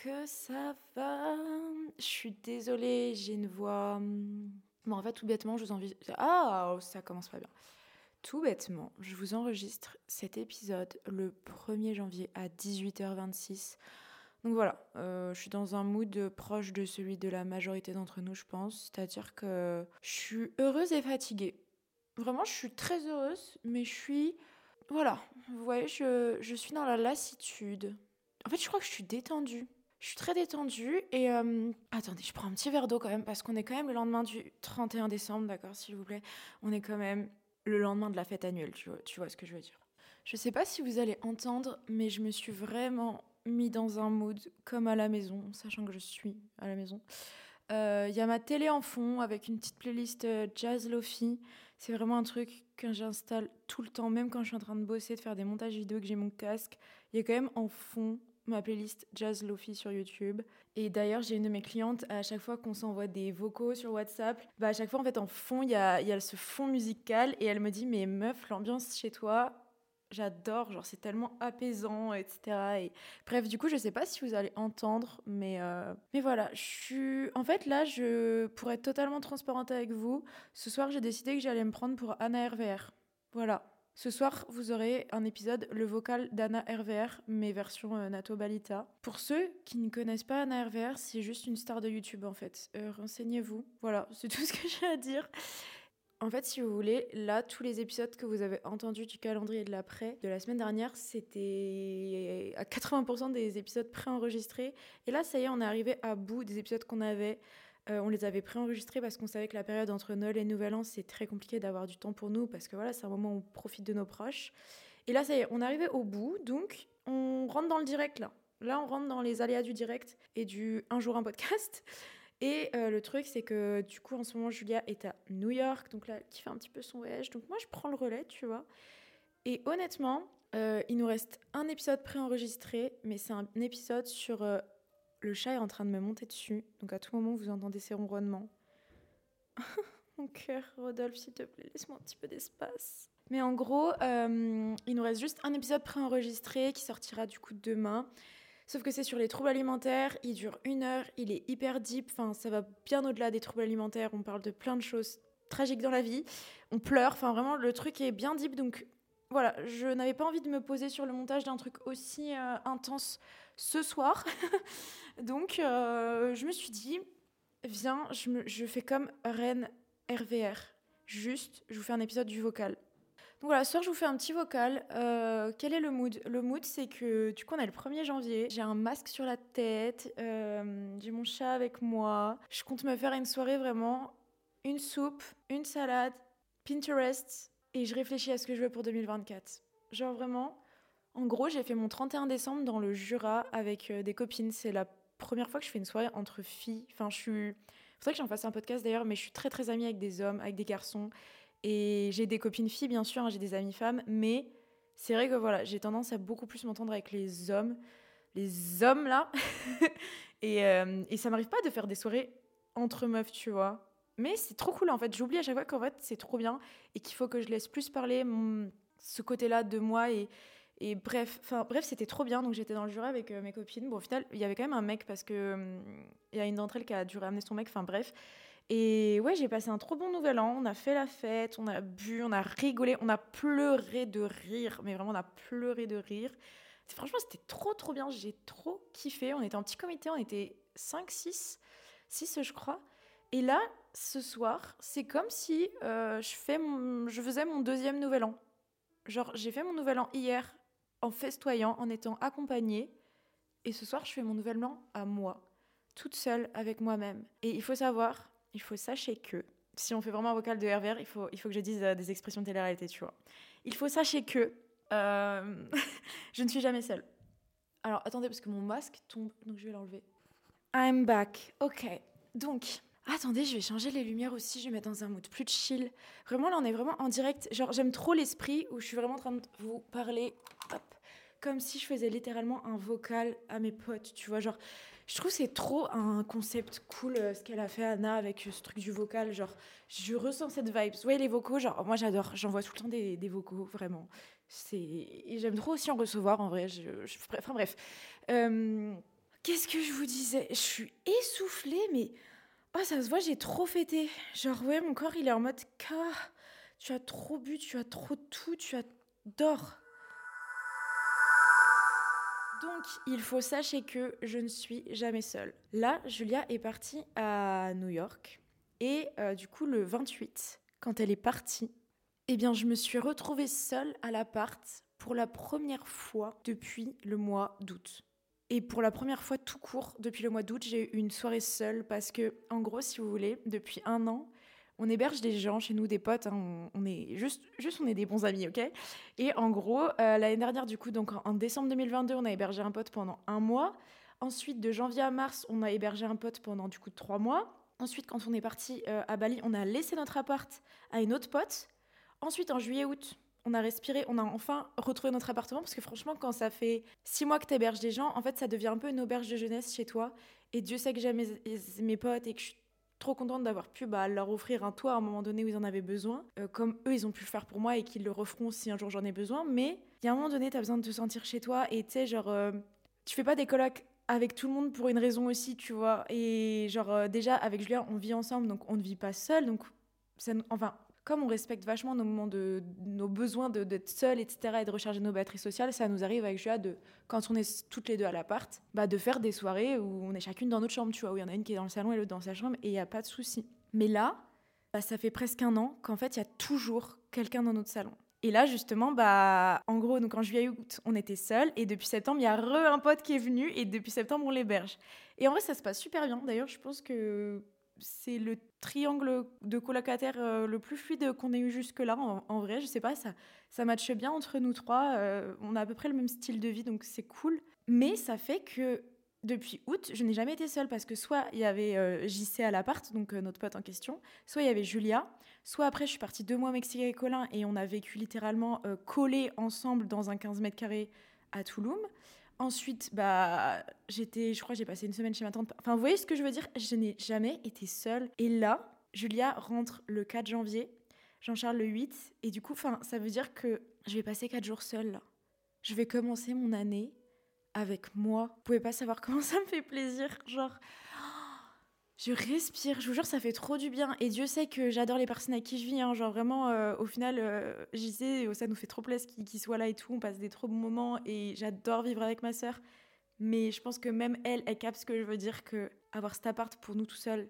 que ça va. Je suis désolée, j'ai une voix. Bon, en fait, tout bêtement, je vous envie. Ah, ça commence pas bien. Tout bêtement, je vous enregistre cet épisode le 1er janvier à 18h26. Donc voilà, je suis dans un mood proche de celui de la majorité d'entre nous, je pense. C'est-à-dire que je suis heureuse et fatiguée. Vraiment, je suis très heureuse, mais je suis. Voilà, vous voyez, je suis dans la lassitude. En fait, je crois que je suis détendue. Je suis très détendue et... Attendez, je prends un petit verre d'eau quand même, parce qu'on est quand même le lendemain du 31 décembre, d'accord, s'il vous plaît. On est quand même le lendemain de la fête annuelle, tu vois ce que je veux dire. Je sais pas si vous allez entendre, mais je me suis vraiment mis dans un mood comme à la maison, sachant que je suis à la maison. Y a ma télé en fond avec une petite playlist jazz lofi. C'est vraiment un truc que j'installe tout le temps, même quand je suis en train de bosser, de faire des montages vidéo, que j'ai mon casque. Il y a quand même en fond ma playlist jazz lofi sur YouTube. Et d'ailleurs, j'ai une de mes clientes, à chaque fois qu'on s'envoie des vocaux sur WhatsApp, à chaque fois en fait en fond, il y a ce fond musical et elle me dit mais meuf, l'ambiance chez toi, j'adore, genre c'est tellement apaisant, etc. Et bref, du coup, je sais pas si vous allez entendre, mais voilà, en fait, là, pour être totalement transparente avec vous, ce soir, j'ai décidé que j'allais me prendre pour Anna RVR. Voilà. Ce soir, vous aurez un épisode, le vocal d'Anna RVR, mais version Nato Balita. Pour ceux qui ne connaissent pas Anna RVR, c'est juste une star de YouTube, en fait. Renseignez-vous. Voilà, c'est tout ce que j'ai à dire. En fait, si vous voulez, là, tous les épisodes que vous avez entendus du calendrier de l'après de la semaine dernière, c'était à 80% des épisodes préenregistrés. Et là, ça y est, on est arrivé à bout des épisodes qu'on avait. On les avait préenregistrés parce qu'on savait que la période entre Noël et Nouvel An, c'est très compliqué d'avoir du temps pour nous parce que voilà, c'est un moment où on profite de nos proches. Et là, ça y est, on est arrivé au bout, donc on rentre dans le direct là. Là, on rentre dans les aléas du direct et du un jour un podcast. Et le truc, c'est que du coup, en ce moment, Julia est à New York, donc là, qui fait un petit peu son voyage. Donc moi, je prends le relais, tu vois. Et honnêtement, il nous reste un épisode préenregistré, mais c'est un épisode sur le chat est en train de me monter dessus. Donc à tout moment, vous entendez ses ronronnements. Mon cœur, Rodolphe, s'il te plaît, laisse-moi un petit peu d'espace. Mais en gros, il nous reste juste un épisode préenregistré qui sortira du coup demain. Sauf que c'est sur les troubles alimentaires, il dure 1 heure, il est hyper deep, enfin ça va bien au-delà des troubles alimentaires, on parle de plein de choses tragiques dans la vie, on pleure, enfin vraiment le truc est bien deep, donc voilà, je n'avais pas envie de me poser sur le montage d'un truc aussi intense ce soir, donc je me suis dit, viens, je fais comme Reine RVR, juste je vous fais un épisode du vocal. Donc voilà, ce soir, je vous fais un petit vocal. Quel est le mood? Le mood, c'est que du coup, on est le 1er janvier. J'ai un masque sur la tête. J'ai mon chat avec moi. Je compte me faire une soirée vraiment. Une soupe, une salade, Pinterest. Et je réfléchis à ce que je veux pour 2024. Genre vraiment. En gros, j'ai fait mon 31 décembre dans le Jura avec des copines. C'est la première fois que je fais une soirée entre filles. Enfin, je suis. Faudrait que j'en fasse un podcast d'ailleurs, mais je suis très très amie avec des hommes, avec des garçons. Et j'ai des copines filles, bien sûr, hein, j'ai des amies femmes, mais c'est vrai que voilà, j'ai tendance à beaucoup plus m'entendre avec les hommes là. Et ça m'arrive pas de faire des soirées entre meufs, tu vois. Mais c'est trop cool en fait. J'oublie à chaque fois qu'en fait c'est trop bien et qu'il faut que je laisse plus parler ce côté-là de moi et bref, c'était trop bien. Donc j'étais dans le Jura avec mes copines. Bon, au final, il y avait quand même un mec parce que il y a une d'entre elles qui a dû ramener son mec. Enfin bref. Et ouais, j'ai passé un trop bon nouvel an. On a fait la fête, on a bu, on a rigolé, on a pleuré de rire. Mais vraiment, on a pleuré de rire. Franchement, c'était trop trop bien. J'ai trop kiffé. On était en petit comité, on était 5, 6, 6 je crois. Et là, ce soir, c'est comme si je faisais mon deuxième nouvel an. Genre, j'ai fait mon nouvel an hier en festoyant, en étant accompagnée. Et ce soir, je fais mon nouvel an à moi, toute seule avec moi-même. Et il faut sachez que, si on fait vraiment un vocal de RVR, il faut que je dise des expressions de télé-réalité, tu vois. Il faut sachez que je ne suis jamais seule. Alors, attendez, parce que mon masque tombe, donc je vais l'enlever. I'm back. Ok. Donc, attendez, je vais changer les lumières aussi, je vais mettre dans un mood plus chill. Vraiment, là, on est vraiment en direct. Genre, j'aime trop l'esprit où je suis vraiment en train de vous parler, hop, comme si je faisais littéralement un vocal à mes potes, tu vois. Genre, je trouve que c'est trop un concept cool ce qu'elle a fait, Anna, avec ce truc du vocal. Genre, je ressens cette vibe. Ouais, les vocaux, genre, moi, j'adore. J'envoie tout le temps des vocaux, vraiment. Et j'aime trop aussi en recevoir, en vrai. Enfin, bref. Qu'est-ce que je vous disais? Je suis essoufflée, mais oh, ça se voit, j'ai trop fêté. Genre, ouais, mon corps, il est en mode, tu as trop bu, tu as trop tout, dors. Donc, il faut sachez que je ne suis jamais seule. Là, Julia est partie à New York. Et du coup, le 28, quand elle est partie, eh bien, je me suis retrouvée seule à l'appart pour la première fois depuis le mois d'août. Et pour la première fois tout court, depuis le mois d'août, j'ai eu une soirée seule parce que, en gros, si vous voulez, depuis un an, on héberge des gens chez nous, des potes, hein, on est juste, on est des bons amis, ok? Et en gros, l'année dernière, du coup, donc en décembre 2022, on a hébergé un pote pendant un mois. Ensuite, de janvier à mars, on a hébergé un pote pendant du coup 3 mois. Ensuite, quand on est parti à Bali, on a laissé notre appart à une autre pote. Ensuite, en juillet-août, on a respiré, on a enfin retrouvé notre appartement parce que franchement, quand ça fait 6 mois que tu héberges des gens, en fait, ça devient un peu une auberge de jeunesse chez toi. Et Dieu sait que j'aime mes potes et que je suis trop contente d'avoir pu leur offrir un toit à un moment donné où ils en avaient besoin, comme eux, ils ont pu le faire pour moi et qu'ils le referont si un jour j'en ai besoin. Mais il y a un moment donné, tu as besoin de te sentir chez toi et tu sais, genre, tu fais pas des colocs avec tout le monde pour une raison aussi, tu vois. Et genre, déjà, avec Julien, on vit ensemble, donc on ne vit pas seul. Donc, enfin, comme on respecte vachement nos moments nos besoins d'être seuls, etc., et de recharger nos batteries sociales, ça nous arrive avec Julia quand on est toutes les deux à l'appart, de faire des soirées où on est chacune dans notre chambre, tu vois, où il y en a une qui est dans le salon et l'autre dans sa chambre, et il n'y a pas de souci. Mais là, ça fait presque un an qu'en fait, il y a toujours quelqu'un dans notre salon. Et là, justement, en gros, donc en juillet-août, on était seuls. Et depuis septembre, il y a un pote qui est venu. Et depuis septembre, on l'héberge. Et en vrai, ça se passe super bien. D'ailleurs, je pense que c'est le triangle de colocataires le plus fluide qu'on ait eu jusque-là. En vrai, je sais pas, ça matche bien entre nous trois. On a à peu près le même style de vie, donc c'est cool. Mais ça fait que depuis août, je n'ai jamais été seule parce que soit il y avait JC à l'appart, donc notre pote en question, soit il y avait Julia, soit après je suis partie 2 mois au Mexique avec Colin et on a vécu littéralement collés ensemble dans un 15 mètres carrés à Tulum. Ensuite, je crois que j'ai passé une semaine chez ma tante. Enfin, vous voyez ce que je veux dire? Je n'ai jamais été seule. Et là, Julia rentre le 4 janvier, Jean-Charles le 8. Et du coup, ça veut dire que je vais passer 4 jours seule, là. Je vais commencer mon année avec moi. Vous pouvez pas savoir comment ça me fait plaisir. Genre, je respire, je vous jure, ça fait trop du bien. Et Dieu sait que j'adore les personnes avec qui je vis. Hein. Genre vraiment, au final, j'y sais, ça nous fait trop plaisir qu'ils soient là et tout. On passe des trop bons moments et j'adore vivre avec ma sœur. Mais je pense que même elle capte ce que je veux dire, que avoir cet appart pour nous tout seuls,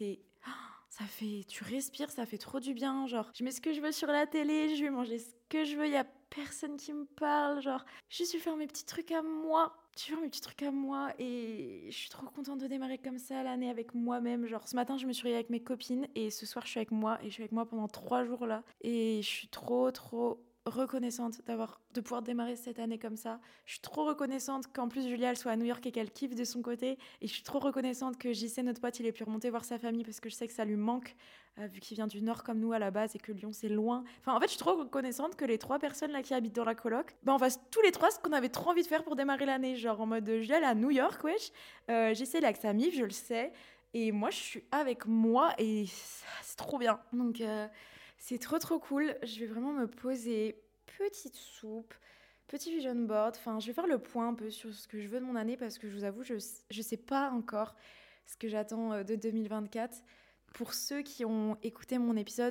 ça fait, tu respires, ça fait trop du bien. Genre, je mets ce que je veux sur la télé, je vais manger ce que je veux, il y a personne qui me parle. Genre, je suis faire mes petits trucs à moi. Je fais mes petits trucs à moi et je suis trop contente de démarrer comme ça l'année avec moi-même. Genre, ce matin, je me suis réveillée avec mes copines et ce soir, je suis avec moi et je suis avec moi pendant 3 jours là. Et je suis trop, trop reconnaissante de pouvoir démarrer cette année comme ça. Je suis trop reconnaissante qu'en plus Julia elle soit à New York et qu'elle kiffe de son côté. Et je suis trop reconnaissante que JC, notre pote, il ait pu remonter voir sa famille parce que je sais que ça lui manque, vu qu'il vient du Nord comme nous à la base et que Lyon c'est loin. Enfin, en fait, je suis trop reconnaissante que les 3 personnes là qui habitent dans la coloc, on fasse tous les 3 ce qu'on avait trop envie de faire pour démarrer l'année. Genre en mode Julia elle est à New York, wesh. JC il est avec sa mif, je le sais. Et moi, je suis avec moi et c'est trop bien. Donc, c'est trop trop cool. Je vais vraiment me poser, petite soupe, petit vision board. Enfin, je vais faire le point un peu sur ce que je veux de mon année parce que je vous avoue, je sais pas encore ce que j'attends de 2024. Pour ceux qui ont écouté mon épisode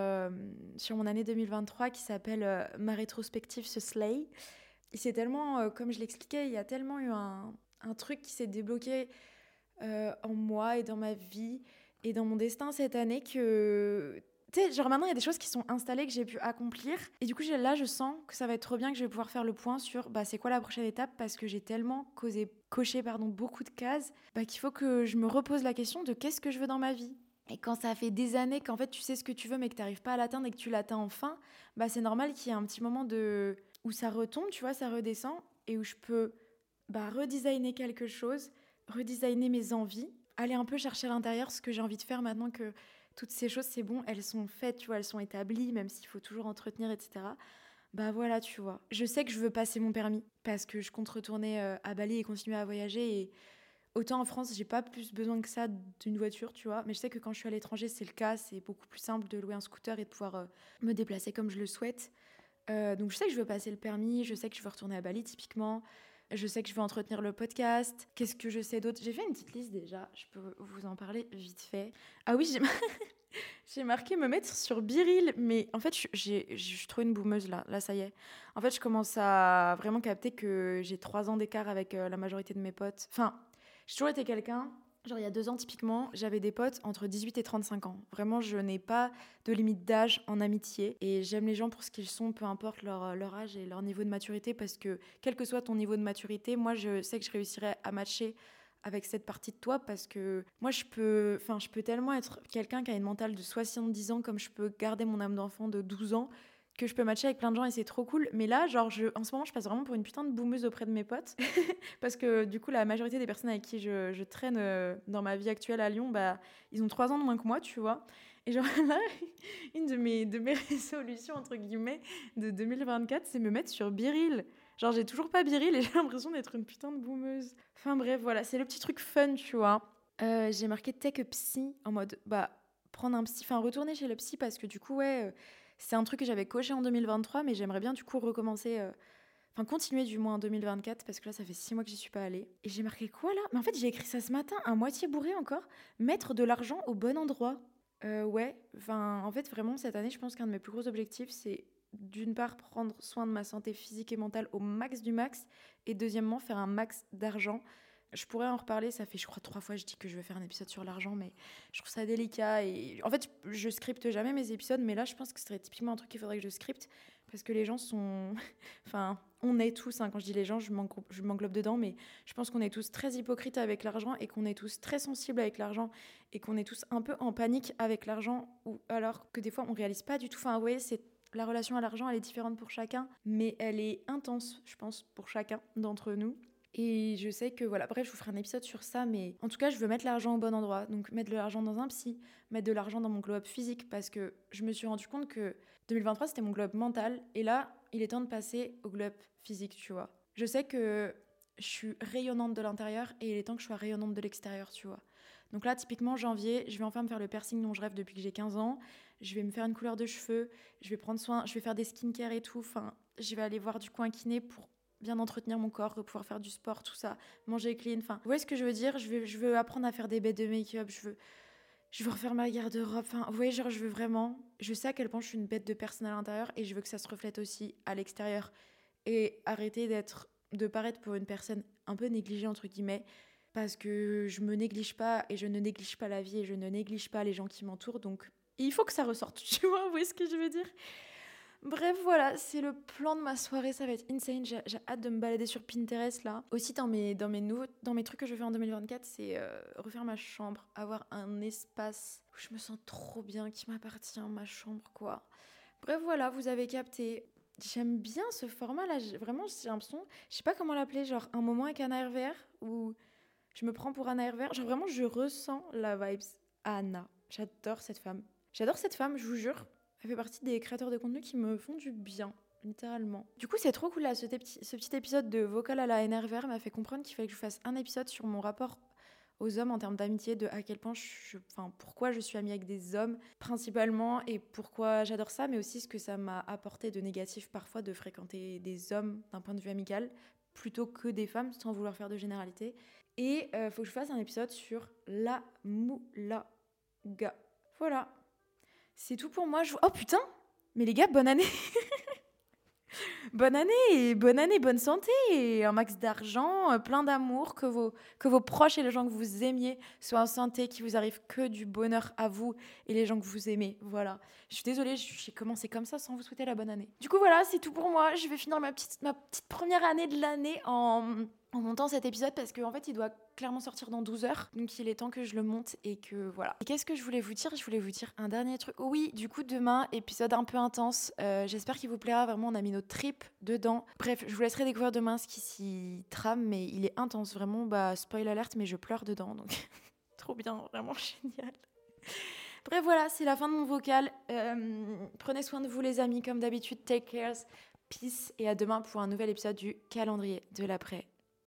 sur mon année 2023 qui s'appelle Ma rétrospective se slay, c'est tellement, comme je l'expliquais, il y a tellement eu un truc qui s'est débloqué en moi et dans ma vie et dans mon destin cette année que tu sais, genre maintenant il y a des choses qui sont installées que j'ai pu accomplir et du coup là je sens que ça va être trop bien que je vais pouvoir faire le point sur c'est quoi la prochaine étape parce que j'ai tellement coché beaucoup de cases qu'il faut que je me repose la question de qu'est-ce que je veux dans ma vie. Et quand ça fait des années qu'en fait tu sais ce que tu veux mais que tu n'arrives pas à l'atteindre et que tu l'atteins enfin, c'est normal qu'il y ait un petit moment où ça retombe, tu vois, ça redescend et où je peux redesigner quelque chose, redesigner mes envies, aller un peu chercher à l'intérieur ce que j'ai envie de faire maintenant que toutes ces choses, c'est bon, elles sont faites, tu vois, elles sont établies, même s'il faut toujours entretenir, etc. Voilà, tu vois. Je sais que je veux passer mon permis parce que je compte retourner à Bali et continuer à voyager. Et autant en France, j'ai pas plus besoin que ça d'une voiture, tu vois. Mais je sais que quand je suis à l'étranger, c'est le cas. C'est beaucoup plus simple de louer un scooter et de pouvoir me déplacer comme je le souhaite. Donc je sais que je veux passer le permis, je sais que je veux retourner à Bali typiquement. Je sais que je vais entretenir le podcast. Qu'est-ce que je sais d'autre? J'ai fait une petite liste déjà. Je peux vous en parler vite fait. Ah oui, j'ai marqué me mettre sur Biril. Mais en fait, je suis trop une boumeuse là. Là, ça y est. En fait, je commence à vraiment capter que j'ai 3 ans d'écart avec la majorité de mes potes. Enfin, j'ai toujours été quelqu'un... Genre, il y a 2 ans, typiquement, j'avais des potes entre 18 et 35 ans. Vraiment, je n'ai pas de limite d'âge en amitié. Et j'aime les gens pour ce qu'ils sont, peu importe leur âge et leur niveau de maturité. Parce que, quel que soit ton niveau de maturité, moi, je sais que je réussirais à matcher avec cette partie de toi. Parce que moi, je peux tellement être quelqu'un qui a une mentale de 70 ans, comme je peux garder mon âme d'enfant de 12 ans, que je peux matcher avec plein de gens et c'est trop cool. Mais là, genre, en ce moment, je passe vraiment pour une putain de boumeuse auprès de mes potes. Parce que du coup, la majorité des personnes avec qui je traîne dans ma vie actuelle à Lyon, bah, ils ont 3 ans de moins que moi, tu vois. Et genre là, une de mes résolutions, entre guillemets, de 2024, c'est me mettre sur Biril. Genre, j'ai toujours pas Biril et j'ai l'impression d'être une putain de boumeuse. Enfin bref, voilà, c'est le petit truc fun, tu vois. J'ai marqué take a psy en mode, bah, prendre un psy, enfin retourner chez le psy parce que du coup, ouais, c'est un truc que j'avais coché en 2023, mais j'aimerais bien du coup recommencer... Enfin, continuer du moins en 2024, parce que là, ça fait 6 mois que j'y suis pas allée. Et j'ai marqué quoi là? Mais en fait, j'ai écrit ça ce matin, à moitié bourré encore. Mettre de l'argent au bon endroit. Ouais, enfin, en fait, vraiment, cette année, je pense qu'un de mes plus gros objectifs, c'est d'une part prendre soin de ma santé physique et mentale au max du max, et deuxièmement, faire un max d'argent. Je pourrais en reparler, ça fait, je crois, 3 fois que je dis que je vais faire un épisode sur l'argent, mais je trouve ça délicat. Et en fait, je scripte jamais mes épisodes, mais là, je pense que ce serait typiquement un truc qu'il faudrait que je scripte, parce que les gens sont... enfin, on est tous, hein, quand je dis les gens, je m'englobe dedans, mais je pense qu'on est tous très hypocrites avec l'argent et qu'on est tous très sensibles avec l'argent et qu'on est tous un peu en panique avec l'argent, ou alors que des fois, on réalise pas du tout. Enfin, ouais, c'est... La relation à l'argent, elle est différente pour chacun, mais elle est intense, je pense, pour chacun d'entre nous. Et je sais que, voilà, bref, je vous ferai un épisode sur ça, mais en tout cas, je veux mettre l'argent au bon endroit. Donc, mettre de l'argent dans un psy, mettre de l'argent dans mon globe physique, parce que je me suis rendu compte que 2023, c'était mon globe mental. Et là, il est temps de passer au globe physique, tu vois. Je sais que je suis rayonnante de l'intérieur et il est temps que je sois rayonnante de l'extérieur, tu vois. Donc là, typiquement, janvier, je vais enfin me faire le piercing dont je rêve depuis que j'ai 15 ans. Je vais me faire une couleur de cheveux, je vais prendre soin, je vais faire des skincare et tout. Enfin, je vais aller voir du coup un kiné pour bien entretenir mon corps, pouvoir faire du sport, tout ça, manger clean. Enfin, vous voyez ce que je veux dire? Je veux apprendre à faire des bêtes de make-up, je veux refaire ma garde-robe. Enfin, vous voyez, genre, je veux vraiment... Je sais à quel point je suis une bête de personne à l'intérieur et je veux que ça se reflète aussi à l'extérieur. Et arrêter de paraître pour une personne un peu négligée, entre guillemets, parce que je me néglige pas et je ne néglige pas la vie et je ne néglige pas les gens qui m'entourent. Donc, il faut que ça ressorte, tu vois, vous voyez ce que je veux dire? Bref, voilà, c'est le plan de ma soirée, ça va être insane. J'ai hâte de me balader sur Pinterest là. Aussi, dans mes trucs que je vais faire en 2024, c'est refaire ma chambre, avoir un espace où je me sens trop bien, qui m'appartient, ma chambre, quoi. Bref, voilà, vous avez capté. J'aime bien ce format là, vraiment, j'ai l'impression, je sais pas comment l'appeler, genre un moment avec Anna Hervé où je me prends pour Anna Hervé. Genre vraiment, je ressens la vibes Anna. J'adore cette femme. J'adore cette femme, je vous jure. Elle fait partie des créateurs de contenu qui me font du bien, littéralement. Du coup, c'est trop cool là, ce petit épisode de Vocal à la NRVR m'a fait comprendre qu'il fallait que je fasse un épisode sur mon rapport aux hommes en termes d'amitié, de à quel point pourquoi je suis amie avec des hommes principalement et pourquoi j'adore ça, mais aussi ce que ça m'a apporté de négatif parfois de fréquenter des hommes d'un point de vue amical plutôt que des femmes, sans vouloir faire de généralité. Et faut que je fasse un épisode sur la moulaga. Voilà. C'est tout pour moi. Oh putain! Mais les gars, bonne année! Bonne année, bonne santé, et un max d'argent, plein d'amour, que vos proches et les gens que vous aimiez soient en santé, qu'il vous arrive que du bonheur à vous et les gens que vous aimez. Voilà. Je suis désolée, j'ai commencé comme ça sans vous souhaiter la bonne année. Du coup, voilà, c'est tout pour moi. Je vais finir ma petite première année de l'année en montant cet épisode parce qu'en fait, il doit clairement sortir dans 12 heures. Donc, il est temps que je le monte et que voilà. Et qu'est-ce que je voulais vous dire? Je voulais vous dire un dernier truc. Oh oui, du coup, demain, épisode un peu intense. J'espère qu'il vous plaira. Vraiment, on a mis notre trip dedans. Bref, je vous laisserai découvrir demain ce qui s'y trame, mais il est intense. Vraiment, bah, spoil alert, mais je pleure dedans. Donc, trop bien, vraiment génial. Bref, voilà, c'est la fin de mon vocal. Prenez soin de vous, les amis, comme d'habitude. Take care. Peace. Et à demain pour un nouvel épisode du calendrier de l'après.